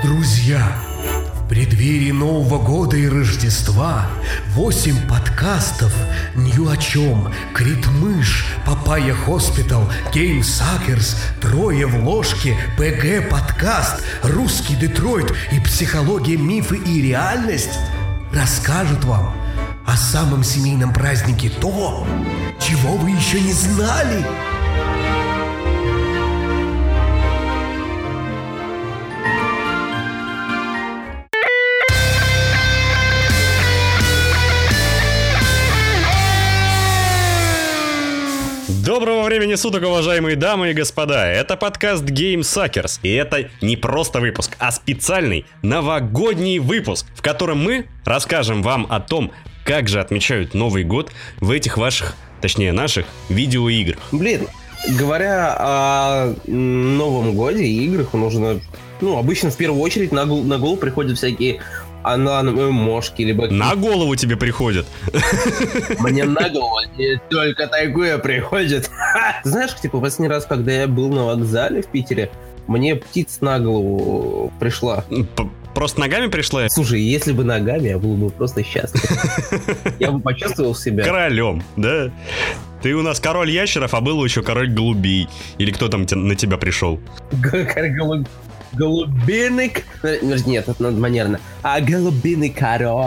Друзья, в преддверии Нового года и Рождества 8 подкастов «Нью о чем», «Критмыш», «Папайя Хоспитал», «Геймсакерс», «Трое в ложке», «ПГ подкаст», «Русский Детройт» и «Психология, мифы и реальность» расскажут вам о самом семейном празднике то, чего вы еще не знали. Доброго времени суток, уважаемые дамы и господа! Это подкаст Геймсакерс, и это не просто выпуск, а специальный новогодний выпуск, в котором мы расскажем вам о том, как же отмечают Новый год в этих ваших, точнее наших, видеоиграх. Блин, говоря о Новом годе и играх, нужно, обычно в первую очередь на голову приходят всякие мошки, либо... На голову тебе приходят. Мне на голову не только такое приходит. Знаешь, последний раз, когда я был на вокзале в Питере, мне птица на голову пришла. Просто ногами пришла? Слушай, если бы ногами, я был бы просто счастлив. Я бы почувствовал себя королем, да? Ты у нас король ящеров, а был еще король голубей. Или кто там на тебя пришел? Голубиный... Нет, это надо манерно. А голубиный король.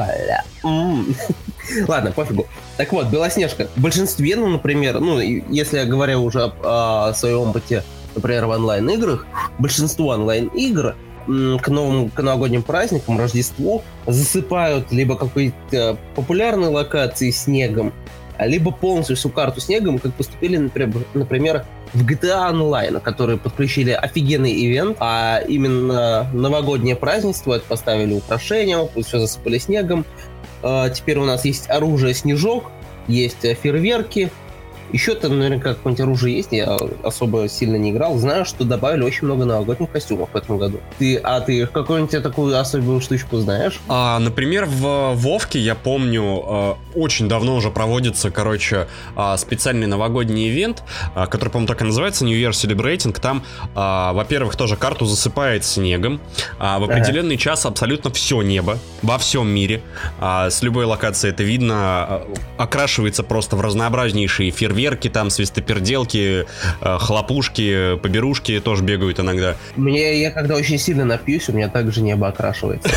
Ладно, пофигу. Так вот, Белоснежка. В большинстве, например, если я говорю уже о своем опыте, например, в онлайн-играх, большинство онлайн-игр к новогодним праздникам, Рождеству засыпают либо какой-то популярной локации снегом, либо полностью всю карту снегом, как поступили, например, в GTA Online, которые подключили офигенный ивент, а именно новогоднее празднество, это поставили украшения, все засыпали снегом. Теперь у нас есть оружие Снежок, есть фейерверки. Еще там наверняка какое-нибудь оружие есть, я особо сильно не играл. Знаю, что добавили очень много новогодних костюмов в этом году. Ты какую-нибудь такую особенную штучку знаешь? Например, в Вовке, я помню, очень давно уже проводится, специальный новогодний ивент, который, по-моему, так и называется, New Year Celebrating. Там, во-первых, тоже карту засыпает снегом. В определенный час абсолютно все небо во всем мире. С любой локации это видно. Окрашивается просто в разнообразнейшие фейерверки, там свистоперделки, хлопушки, поберушки тоже бегают иногда. Я когда очень сильно напьюсь, у меня также небо окрашивается.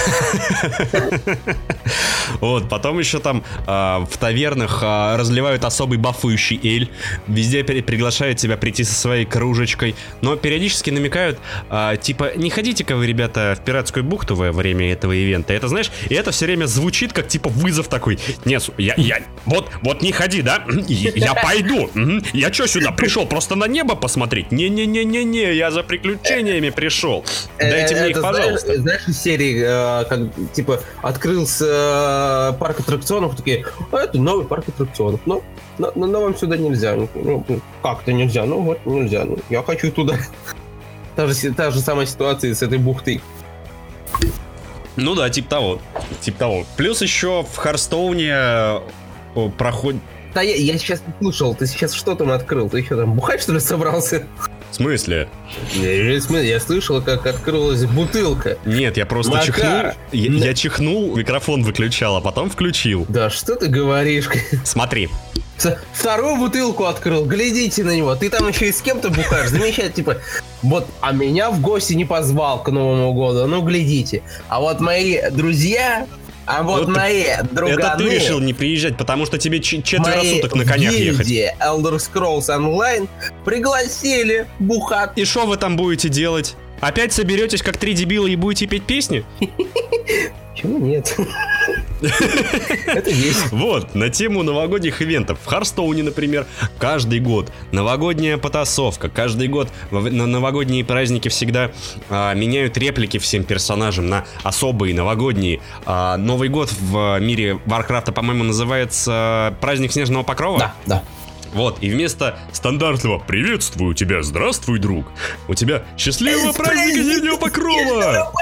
Вот, потом еще там в тавернах разливают особый бафующий эль. Везде приглашают тебя прийти со своей кружечкой. Но периодически намекают, не ходите-ка вы, ребята, в пиратскую бухту во время этого ивента. Это, знаешь, и это все время звучит как вызов такой. Нет, вот не ходи, да? Я пойду. Я что сюда пришел? Просто на небо посмотреть? Не-не-не-не-не, я за приключениями пришел. Дайте мне их, пожалуйста. Знаешь, из серии, как, открылся парк аттракционов, такие, это новый парк аттракционов, но вам сюда нельзя. Как-то нельзя? Нельзя. Я хочу туда. Та же самая ситуация с этой бухтой. Ну да, типа того. Плюс еще в Харстоуне проходит... Да, я сейчас не слушал, ты сейчас что там открыл? Ты еще там бухать, что ли, собрался? В смысле? Я слышал, как открылась бутылка. Нет, я просто чихнул. Я чихнул, микрофон выключал, а потом включил. Да что ты говоришь? Смотри. Вторую бутылку открыл, глядите на него. Ты там еще и с кем-то бухаешь, замечательно, а меня в гости не позвал к Новому году, глядите. А вот мои друзья... А вот мои друганы... Это ты решил не приезжать, потому что тебе 4 суток на конях ехать. Elder Scrolls Online пригласили бухать. И что вы там будете делать? Опять соберетесь как 3 дебила и будете петь песни? Почему нет? Это есть. Вот, на тему новогодних ивентов. В Харстоуне, например, каждый год новогодняя потасовка. Каждый год на новогодние праздники всегда меняют реплики всем персонажам на особые новогодние. Новый год в мире Варкрафта, по-моему, называется праздник Снежного Покрова. Да. Вот, и вместо стандартного «Приветствую тебя, здравствуй, друг», у тебя «Счастливого праздника Снежного Покрова!»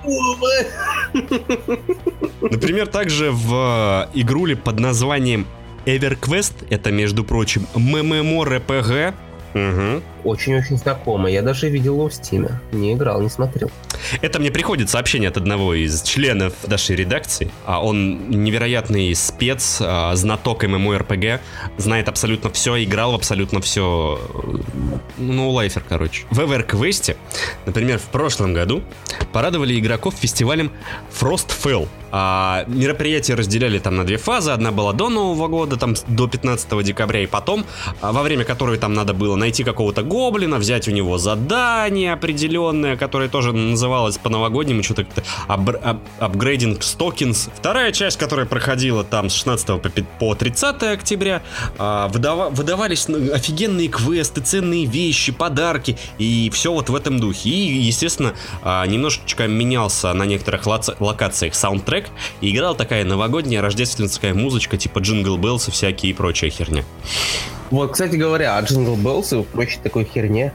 Например, также в игруле под названием EverQuest, это, между прочим, MMORPG, Очень-очень знакомый. Я даже видел его в Steam. Не играл, не смотрел. Это мне приходит сообщение от одного из членов нашей редакции. Он невероятный спец, знаток MMORPG, знает абсолютно все, играл в абсолютно все. Ну, лайфер, короче. В EverQuest, например, в прошлом году порадовали игроков фестивалем Frostfell. Мероприятия разделяли там на две фазы. Одна была до Нового года, там до 15 декабря, и потом, во время которой там надо было найти какого-то гоблина, взять у него задание определенное, которое тоже называлось по-новогоднему что-то Upgrading Stockings. Вторая часть, которая проходила там с 16 по 30 октября, выдавались офигенные квесты, ценные вещи, подарки, и все вот в этом духе. И, естественно, немножечко менялся на некоторых локациях саундтрек, и играла такая новогодняя рождественская музычка типа Jingle Bells и всякие и прочая херня. Вот, кстати говоря, о Jingle Bells и прочей такой херне,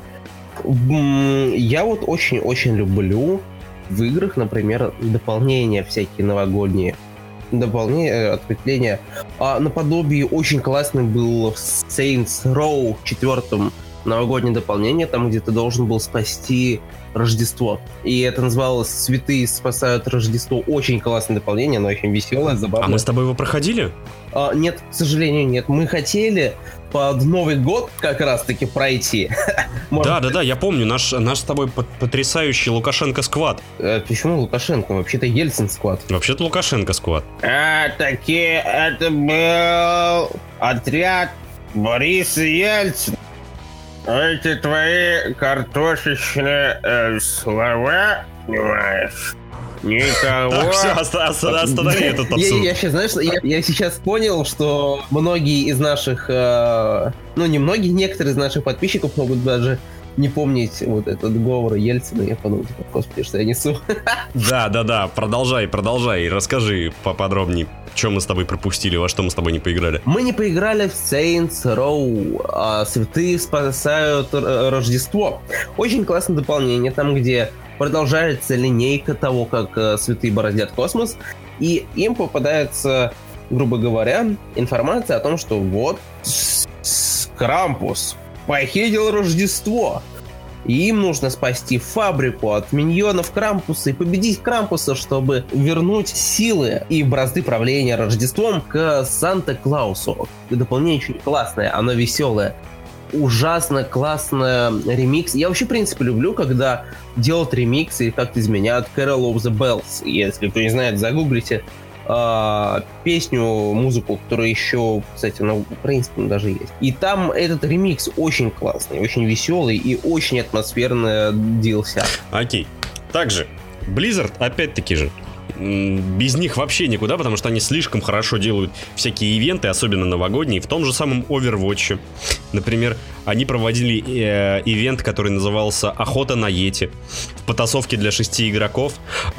я вот очень-очень люблю в играх, например, дополнения всякие новогодние. Дополнение, ответвления. Наподобие очень классный был в Saints Row 4-м новогоднее дополнение, там, где ты должен был спасти Рождество. И это называлось «Святые спасают Рождество». Очень классное дополнение, оно очень веселое, забавное. А мы с тобой его проходили? Нет, к сожалению, нет. Мы хотели под Новый год как раз-таки пройти. Да, я помню, наш с тобой потрясающий Лукашенко-сквад. Почему Лукашенко? Вообще-то Ельцин-сквад. Вообще-то Лукашенко-сквад. Это был отряд Бориса Ельцина. Эти твои картошечные слова, понимаешь? Никого... Так, все, останови этот абсурд. Я сейчас, знаешь, я сейчас понял, что многие из наших... не многие, некоторые из наших подписчиков могут даже не помнить вот этот говор Ельцина. Я подумал, господи, что я несу. Да, продолжай, расскажи поподробнее, что мы с тобой пропустили, во что мы с тобой не поиграли. Мы не поиграли в Saints Row, Святые спасают Рождество. Очень классное дополнение, там, где продолжается линейка того, как святые бороздят космос, и им попадается, грубо говоря, информация о том, что вот Крампус похитил Рождество. И им нужно спасти фабрику от миньонов Крампуса и победить Крампуса, чтобы вернуть силы и бразды правления Рождеством к Санта-Клаусу. И дополнение очень классное, оно веселое. Ужасно классное ремикс. Я вообще, в принципе, люблю, когда делают ремиксы и как-то изменяют Carol of the Bells. Если кто не знает, загуглите песню, музыку, которая еще, кстати, на украинском даже есть. И там этот ремикс очень классный, очень веселый и очень атмосферно DLC. Окей. Также Blizzard, опять-таки же, без них вообще никуда, потому что они слишком хорошо делают всякие ивенты, особенно новогодние. В том же самом Overwatch, например, они проводили ивент, который назывался «Охота на Йети». В потасовке для 6 игроков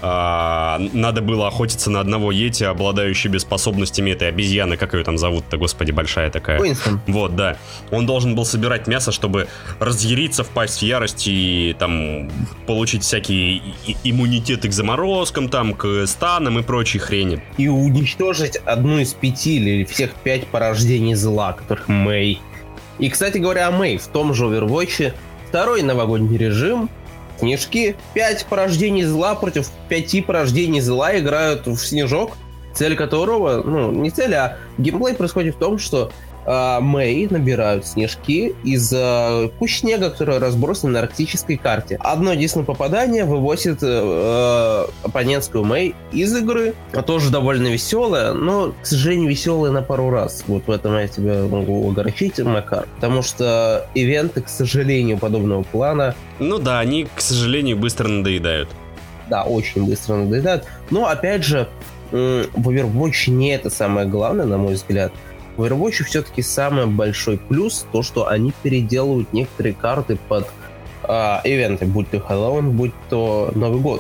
надо было охотиться на одного Йети, обладающего способностями этой обезьяны. Как ее там зовут-то, господи, большая такая. Уинстон. Вот, да. Он должен был собирать мясо, чтобы разъяриться, впасть в ярость и там получить всякие иммунитеты к заморозкам, там, к станам и прочей хрени. И уничтожить одну из 5 или всех 5 порождений зла, которых Мэй. И, кстати говоря, о Мэй, в том же Overwatch второй новогодний режим, снежки, 5 порождений зла против 5 порождений зла играют в снежок, цель которого, не цель, а геймплей происходит в том, что Мэй набирают снежки из куч снега, которые разбросаны на арктической карте. Одно единственное попадание вывозит оппонентскую Мэй из игры. Тоже довольно веселое, но, к сожалению, веселое на пару раз. Вот в этом я тебя могу огорчить, Макар. Потому что ивенты, к сожалению, подобного плана... Ну да, они, к сожалению, быстро надоедают. Да, очень быстро надоедают. Но, опять же, в Overwatch не это самое главное, на мой взгляд. В Overwatch все-таки самый большой плюс то, что они переделывают некоторые карты под ивенты, будь то Хэллоуин, будь то Новый год.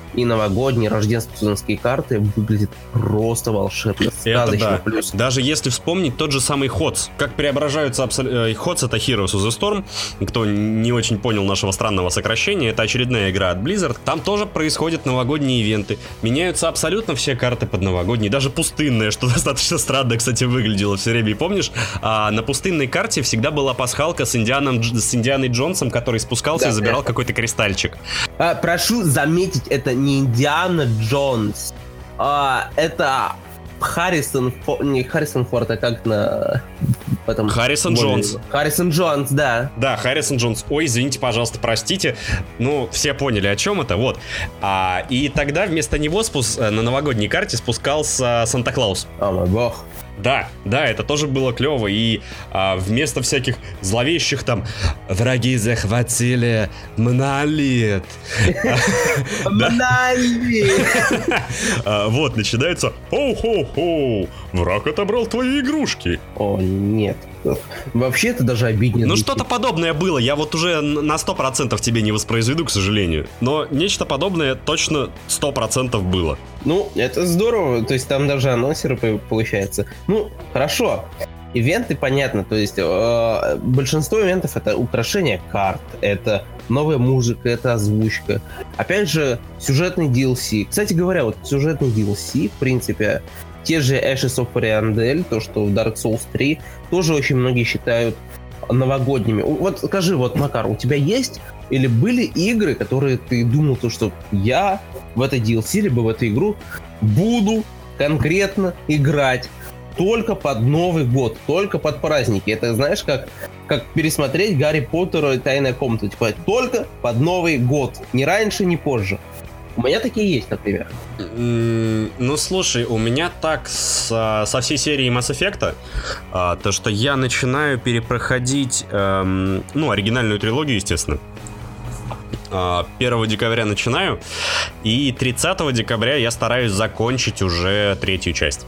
и новогодние, рождественские карты выглядят просто волшебно. Это да. Плюс. Даже если вспомнить тот же самый HOTS. Как преображаются HOTS — это Heroes of the Storm. Кто не очень понял нашего странного сокращения, это очередная игра от Blizzard. Там тоже происходят новогодние ивенты. Меняются абсолютно все карты под новогодние. Даже пустынная, что достаточно странно, кстати, выглядело все время. И помнишь, на пустынной карте всегда была пасхалка с Индианой Джонсом, который спускался и забирал какой-то кристальчик. Прошу заметить, это не Индиана Джонс. Это не Харрисон Форд, а как на... Харрисон Джонс. Харрисон Джонс, да. Да, Харрисон Джонс. Ой, извините, пожалуйста, простите. Ну, все поняли, о чем это, вот. И тогда вместо него на новогодней карте спускался Санта-Клаус. О мой бог. Да, это тоже было клево. И вместо всяких зловещих там «Враги захватили монолит». Монолит! Вот, начинается «Хоу-хоу-хоу, враг отобрал твои игрушки». О, нет. Вообще это даже обиднее. Ну, что-то подобное было. Я вот уже на 100% тебе не воспроизведу, к сожалению. Но нечто подобное точно 100% было. Ну, это здорово. То есть там даже анонсеры получается. Ну, хорошо. Ивенты, понятно. То есть большинство ивентов — это украшение карт, это новая музыка, это озвучка. Опять же, сюжетный DLC. Кстати говоря, вот сюжетный DLC, в принципе, те же Ashes of Ariandel, то, что в Dark Souls 3, тоже очень многие считают новогодними. Вот скажи, вот, Макар, у тебя есть или были игры, которые ты думал, то, что я в этой DLC, либо в эту игру буду конкретно играть только под Новый год, только под праздники? Это, знаешь, как пересмотреть Гарри Поттера и Тайная комната. Типа, только под Новый год. Ни раньше, ни позже. У меня такие есть, например. Ну, слушай, у меня так со всей серией Mass Effect, то, что я начинаю перепроходить, оригинальную трилогию, естественно. 1 декабря начинаю, и 30 декабря я стараюсь закончить уже 3-ю часть.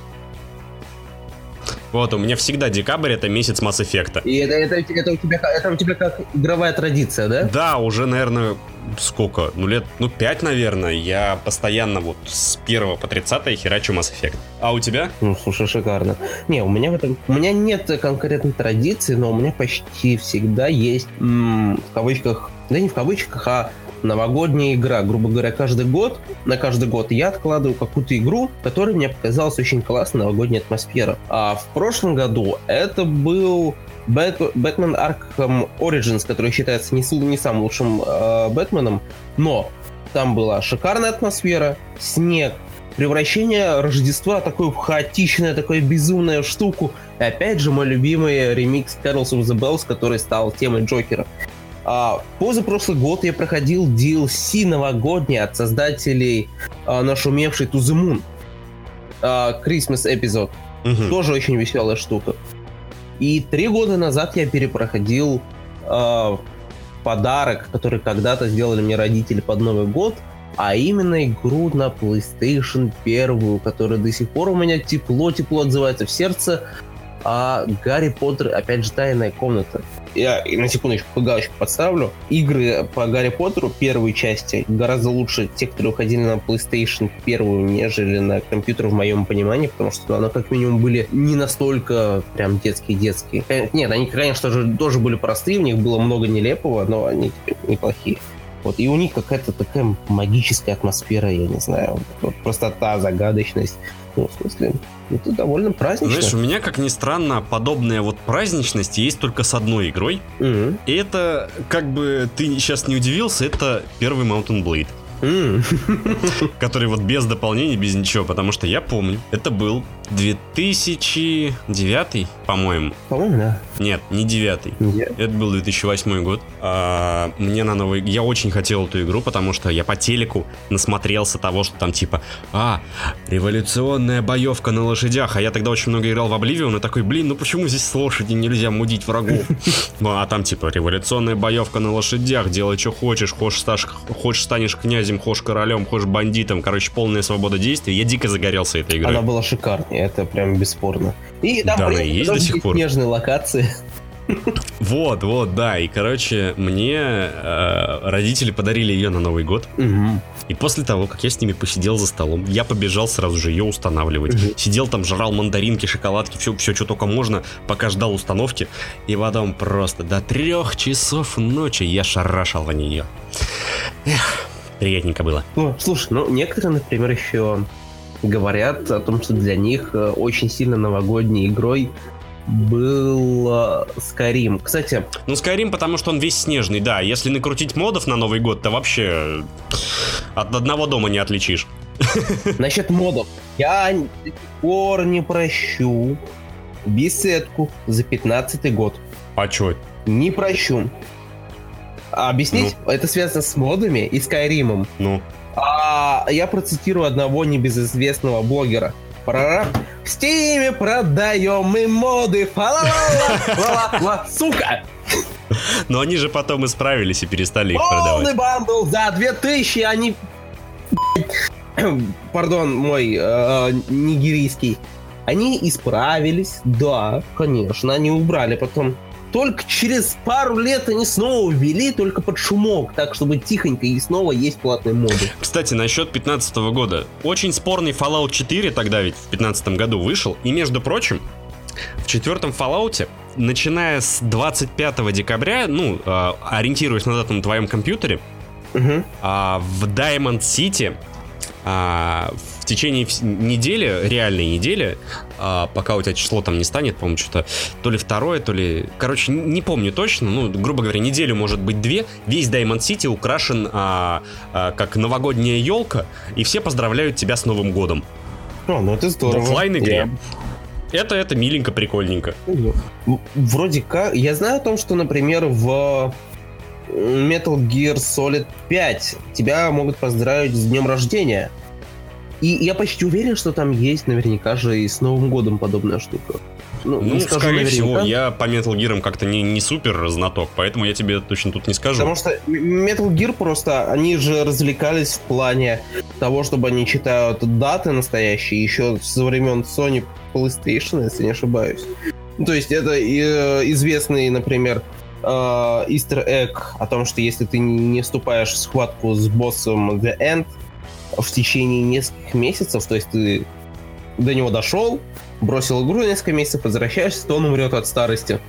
Вот, у меня всегда декабрь — это месяц Mass Effect. И это у тебя как игровая традиция, да? Да, уже, наверное, сколько? Лет 5, наверное. Я постоянно вот с 1 по 30 херачу Mass Effect. А у тебя? Ну, слушай, шикарно. Не, у меня нет конкретной традиции, но у меня почти всегда есть, в кавычках, да не в кавычках, а новогодняя игра. Грубо говоря, на каждый год я откладываю какую-то игру, которая мне показалась очень классной, новогодняя атмосфера. А в прошлом году это был Batman Arkham Origins, который считается не самым лучшим Бэтменом, но там была шикарная атмосфера, снег, превращение Рождества такое в хаотичное, такое безумную штуку. И опять же мой любимый ремикс Carols of the Bells, который стал темой Джокера. Позапрошлый год я проходил DLC новогодний от создателей нашумевшей To The Moon. Christmas Episode. Тоже очень веселая штука. И 3 года назад я перепроходил подарок, который когда-то сделали мне родители под Новый год, а именно игру на PlayStation 1, которая до сих пор у меня тепло отзывается в сердце. Гарри Поттер, опять же, Тайная комната. Я на секундочку галочку подставлю. Игры по Гарри Поттеру первой части гораздо лучше те, которые уходили на PlayStation 1, нежели на компьютер, в моем понимании, потому что они как минимум были не настолько прям детские. Нет, они, конечно же, тоже были простые, у них было много нелепого, но они неплохие. Вот, и у них какая-то такая магическая атмосфера, я не знаю, вот простота, загадочность. Ну, в смысле, это довольно празднично. Знаешь, у меня, как ни странно, подобная вот праздничность есть только с одной игрой. И это, как бы ты сейчас не удивился, это первый Mountain Blade. Который вот без дополнений, без ничего, потому что я помню, это был 2009, по-моему. По-моему, да. Нет, не 9. Это был 2008 год. Мне на новый... Я очень хотел эту игру, потому что я по телеку насмотрелся того, что там типа революционная боевка на лошадях. А я тогда очень много играл в Oblivion и такой, ну почему здесь с лошади нельзя мудить врагов? А там типа революционная боевка на лошадях, делай что хочешь, хочешь станешь князем, хочешь королем, хочешь бандитом. Короче, полная свобода действий. Я дико загорелся этой игрой. Она была шикарной, это прям бесспорно. И там да, есть до сих пор. Снежные локации. Вот, да. И, короче, мне родители подарили ее на Новый год. Угу. И после того, как я с ними посидел за столом, я побежал сразу же ее устанавливать. Сидел там, жрал мандаринки, шоколадки, все, что только можно, пока ждал установки. И потом просто до 3 часов ночи я шарашил на нее. Эх, приятненько было. Ну, слушай, некоторые, например, еще говорят о том, что для них очень сильно новогодней игрой был Skyrim. Кстати... Ну, Skyrim, потому что он весь снежный, да. Если накрутить модов на Новый год, то вообще от одного дома не отличишь. Насчет модов. Я до сих пор не прощу беседку за 15-й год. А чё? Не прощу. А объяснить? Ну. Это связано с модами и Skyrim'ом. Ну. Я процитирую одного небезызвестного блогера. В Стиме продаем мы моды. Сука! Но они же потом исправились и перестали их продавать. Полный бандл за 2000, они... Пардон, мой нигерийский. Они исправились, да, конечно, они убрали потом. Только через пару лет они снова ввели, только под шумок, так чтобы тихонько и снова есть платные моды. Кстати, насчет 2015 года. Очень спорный Fallout 4 тогда ведь в 2015 году вышел. И, между прочим, в 4-м Fallout'е, начиная с 25 декабря, ориентируясь на дату на твоем компьютере, в Diamond City в течение недели, реальной недели, пока у тебя число там не станет, по-моему, что-то то ли 2, то ли... Короче, не помню точно, грубо говоря, неделю, может быть, 2, весь Diamond City украшен как новогодняя елка, и все поздравляют тебя с Новым годом. Это здорово. В оффлайн-игре. Это миленько, прикольненько. Вроде как... Я знаю о том, что, например, в Metal Gear Solid 5 тебя могут поздравить с днем рождения. И я почти уверен, что там есть наверняка же и с Новым годом подобная штука. Скорее всего, я по Metal Gear'ам как-то не супер знаток, поэтому я тебе точно тут не скажу. Потому что Metal Gear просто, они же развлекались в плане того, чтобы они читают даты настоящие, еще со времен Sony PlayStation, если не ошибаюсь. То есть это известный, например, Easter Egg о том, что если ты не вступаешь в схватку с боссом The End в течение нескольких месяцев, то есть ты до него дошел, бросил игру несколько месяцев, возвращаешься, то он умрет от старости.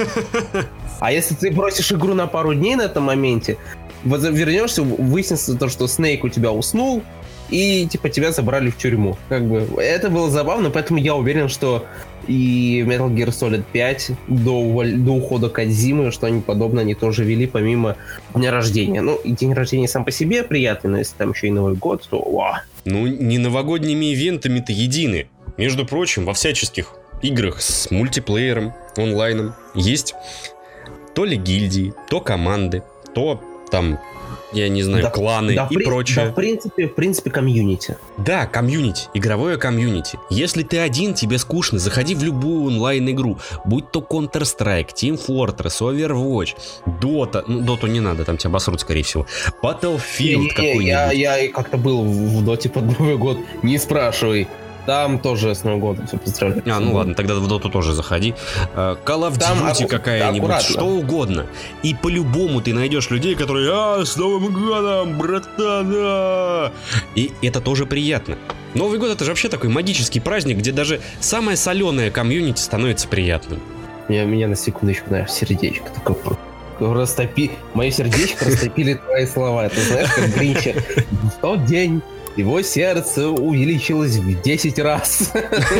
А если ты бросишь игру на пару дней на этом моменте, вернешься, выяснится то, что Снейк у тебя уснул, и тебя забрали в тюрьму. Это было забавно, поэтому я уверен, что и Metal Gear Solid 5 до ухода Кодзимы что-нибудь подобное они тоже вели, помимо дня рождения. И день рождения сам по себе приятный, но если там еще и Новый год, то вау. Не новогодними ивентами-то едины. Между прочим, во всяческих играх с мультиплеером, онлайном есть то ли гильдии, то команды, то там, я не знаю, кланы и прочее. Да, в принципе, комьюнити. Да, комьюнити, игровое комьюнити. Если ты один, тебе скучно, заходи в любую онлайн-игру. Будь то Counter-Strike, Team Fortress, Overwatch, Dota. Доту не надо, там тебя обосрут, скорее всего. Battlefield какой-нибудь. Я как-то был в Доте под Новый год, не спрашивай. Там тоже с Новым годом все поздравляют. Ладно, тогда в Доту тоже заходи. Call of Duty какая-нибудь, что угодно. И по-любому ты найдешь людей, которые: с Новым годом, братан! И это тоже приятно. Новый год — это же вообще такой магический праздник, где даже самое соленое комьюнити становится приятным. Меня на секундочку, сердечко такое мое сердечко растопили твои слова. Это знаешь, как Гринча. В тот день его сердце увеличилось в 10 раз.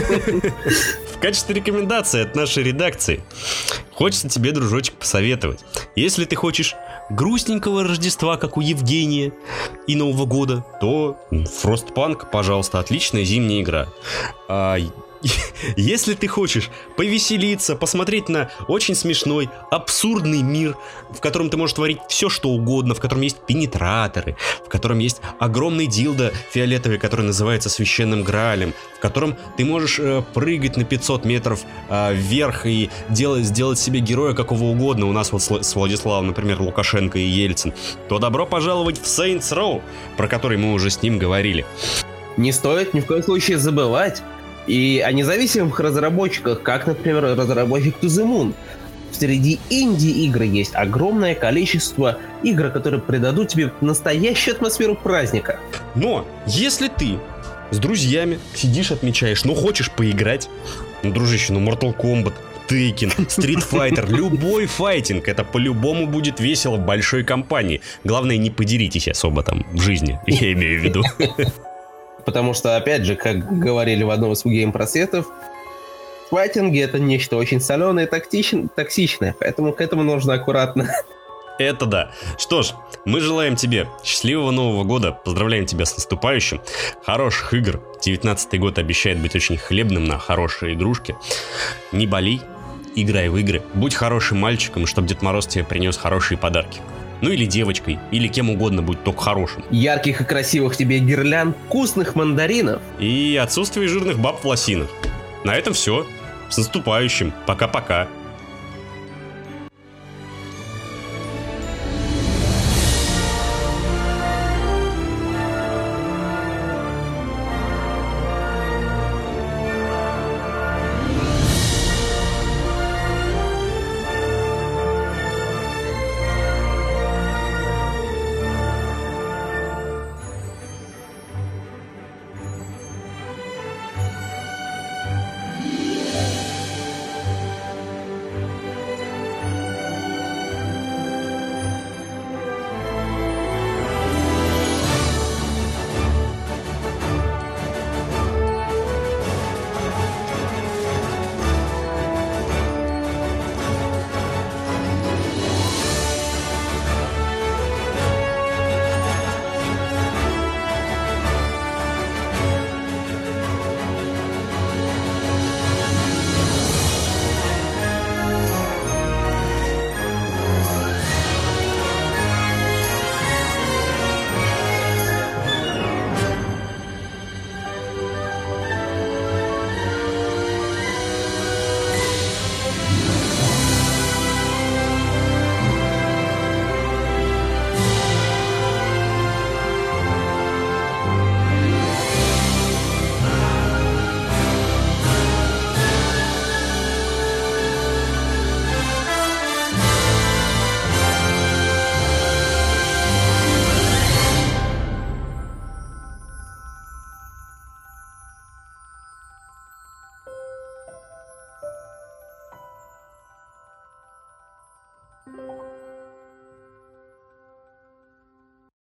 В качестве рекомендации от нашей редакции хочется тебе, дружочек, посоветовать. Если ты хочешь грустненького Рождества, как у Евгения, и Нового года, то Frostpunk, пожалуйста, отличная зимняя игра. Если ты хочешь повеселиться, посмотреть на очень смешной, абсурдный мир, в котором ты можешь творить все, что угодно, в котором есть пенетраторы, в котором есть огромный дилдо фиолетовый, который называется Священным Граалем, в котором ты можешь прыгать на 500 метров вверх и сделать себе героя какого угодно, у нас вот с Владиславом, например, Лукашенко и Ельцин, то добро пожаловать в Saints Row, про который мы уже с ним говорили. Не стоит ни в коем случае забывать и о независимых разработчиках, как, например, разработчик To The Moon. Среди инди-игр есть огромное количество игр, которые придадут тебе настоящую атмосферу праздника. Но если ты с друзьями сидишь, отмечаешь, но хочешь поиграть, ну, дружище, ну, Mortal Kombat, Tekken, Street Fighter, любой файтинг, это по-любому будет весело в большой компании. Главное, не подеритесь особо там в жизни, я имею в виду. Потому что, опять же, как говорили в одном из гейм-просветов, файтинги — это нечто очень соленое и токсичное, поэтому к этому нужно аккуратно. Это да. Что ж, мы желаем тебе счастливого Нового года, поздравляем тебя с наступающим, хороших игр. 19-й год обещает быть очень хлебным на хорошие игрушки. Не болей, играй в игры, будь хорошим мальчиком, чтобы Дед Мороз тебе принес хорошие подарки. Ну или девочкой, или кем угодно, будь только хорошим. Ярких и красивых тебе гирлянд, вкусных мандаринов. И отсутствие жирных баб в лосинах. На этом все. С наступающим. Пока-пока.